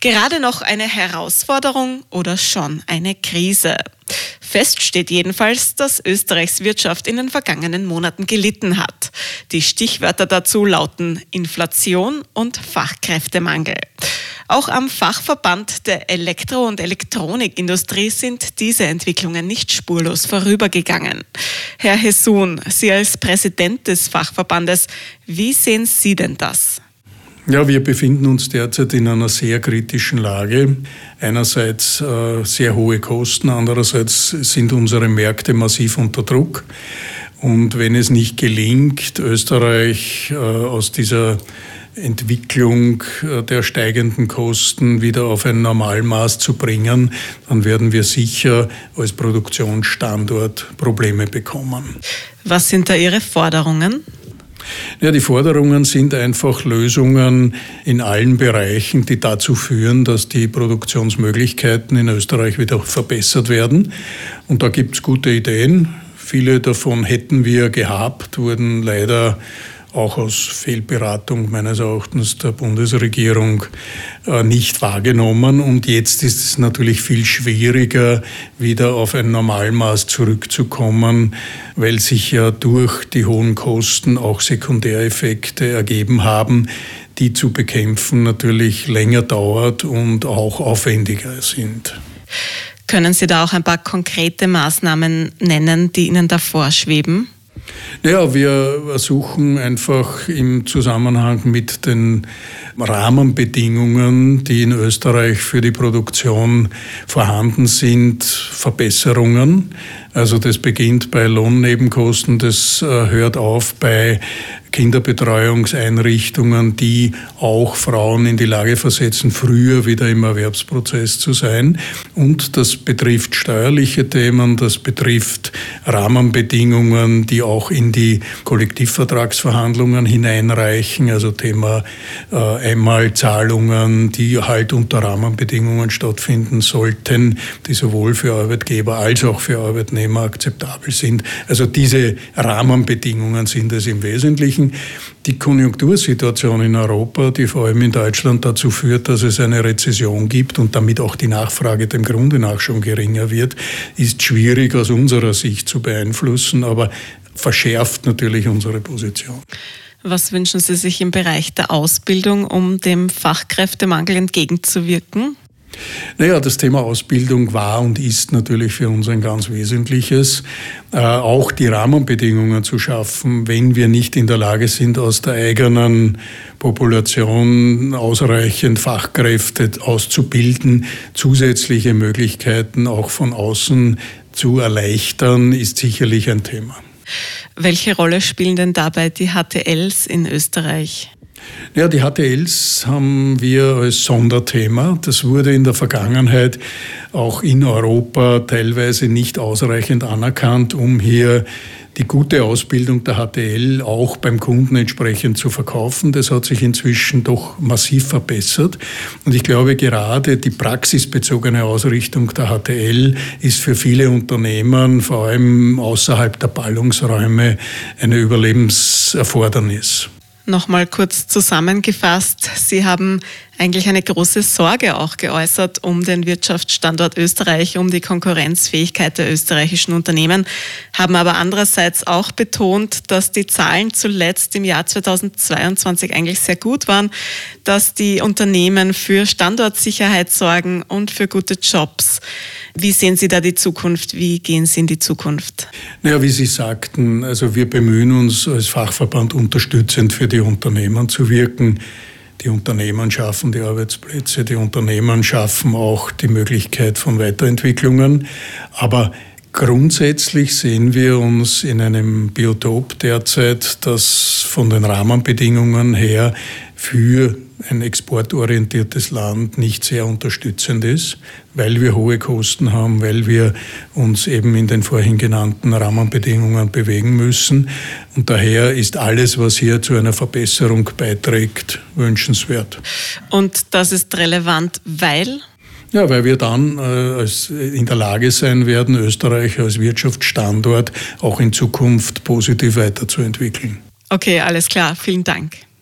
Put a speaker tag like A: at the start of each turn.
A: Gerade noch eine Herausforderung oder schon eine Krise? Fest steht jedenfalls, dass Österreichs Wirtschaft in den vergangenen Monaten gelitten hat. Die Stichwörter dazu lauten Inflation und Fachkräftemangel. Auch am Fachverband der Elektro- und Elektronikindustrie sind diese Entwicklungen nicht spurlos vorübergegangen. Herr Hessun, Sie als Präsident des Fachverbandes, wie sehen Sie denn das?
B: Ja, wir befinden uns derzeit in einer sehr kritischen Lage. Einerseits sehr hohe Kosten, andererseits sind unsere Märkte massiv unter Druck. Und wenn es nicht gelingt, Österreich aus dieser Entwicklung der steigenden Kosten wieder auf ein Normalmaß zu bringen, dann werden wir sicher als Produktionsstandort Probleme bekommen.
A: Was sind da Ihre Forderungen?
B: Ja, die Forderungen sind einfach Lösungen in allen Bereichen, die dazu führen, dass die Produktionsmöglichkeiten in Österreich wieder verbessert werden. Und da gibt es gute Ideen. Viele davon hätten wir gehabt, wurden leider auch aus Fehlberatung meines Erachtens der Bundesregierung nicht wahrgenommen. Und jetzt ist es natürlich viel schwieriger, wieder auf ein Normalmaß zurückzukommen, weil sich ja durch die hohen Kosten auch Sekundäreffekte ergeben haben, die zu bekämpfen natürlich länger dauert und auch aufwendiger sind.
A: Können Sie da auch ein paar konkrete Maßnahmen nennen, die Ihnen da vorschweben?
B: Ja, wir versuchen einfach im Zusammenhang mit den Rahmenbedingungen, die in Österreich für die Produktion vorhanden sind, Verbesserungen. Also das beginnt bei Lohnnebenkosten, das hört auf bei Kinderbetreuungseinrichtungen, die auch Frauen in die Lage versetzen, früher wieder im Erwerbsprozess zu sein. Und das betrifft steuerliche Themen, das betrifft Rahmenbedingungen, die auch in die Kollektivvertragsverhandlungen hineinreichen, also Thema Einmalzahlungen, die halt unter Rahmenbedingungen stattfinden sollten, die sowohl für Arbeitgeber als auch für Arbeitnehmer akzeptabel sind. Also diese Rahmenbedingungen sind es im Wesentlichen. Die Konjunktursituation in Europa, die vor allem in Deutschland dazu führt, dass es eine Rezession gibt und damit auch die Nachfrage dem Grunde nach schon geringer wird, ist schwierig aus unserer Sicht zu beeinflussen, aber verschärft natürlich unsere Position.
A: Was wünschen Sie sich im Bereich der Ausbildung, um dem Fachkräftemangel entgegenzuwirken?
B: Naja, das Thema Ausbildung war und ist natürlich für uns ein ganz wesentliches. Auch die Rahmenbedingungen zu schaffen, wenn wir nicht in der Lage sind, aus der eigenen Population ausreichend Fachkräfte auszubilden, zusätzliche Möglichkeiten auch von außen zu erleichtern, ist sicherlich ein Thema.
A: Welche Rolle spielen denn dabei die HTLs in Österreich?
B: Ja, die HTLs haben wir als Sonderthema. Das wurde in der Vergangenheit auch in Europa teilweise nicht ausreichend anerkannt, um hier die gute Ausbildung der HTL auch beim Kunden entsprechend zu verkaufen. Das hat sich inzwischen doch massiv verbessert. Und ich glaube, gerade die praxisbezogene Ausrichtung der HTL ist für viele Unternehmen, vor allem außerhalb der Ballungsräume, eine Überlebenserfordernis.
A: Nochmal kurz zusammengefasst, Sie haben eigentlich eine große Sorge auch geäußert um den Wirtschaftsstandort Österreich, um die Konkurrenzfähigkeit der österreichischen Unternehmen, haben aber andererseits auch betont, dass die Zahlen zuletzt im Jahr 2022 eigentlich sehr gut waren, dass die Unternehmen für Standortsicherheit sorgen und für gute Jobs. Wie sehen Sie da die Zukunft? Wie gehen Sie in die Zukunft?
B: Naja, wie Sie sagten, also wir bemühen uns als Fachverband unterstützend für die Unternehmen zu wirken. Die Unternehmen schaffen die Arbeitsplätze, die Unternehmen schaffen auch die Möglichkeit von Weiterentwicklungen. Aber grundsätzlich sehen wir uns in einem Biotop derzeit, das von den Rahmenbedingungen her für ein exportorientiertes Land nicht sehr unterstützend ist, weil wir hohe Kosten haben, weil wir uns eben in den vorhin genannten Rahmenbedingungen bewegen müssen. Und daher ist alles, was hier zu einer Verbesserung beiträgt, wünschenswert.
A: Und das ist relevant, weil?
B: Ja, weil wir dann in der Lage sein werden, Österreich als Wirtschaftsstandort auch in Zukunft positiv weiterzuentwickeln.
A: Okay, alles klar. Vielen Dank.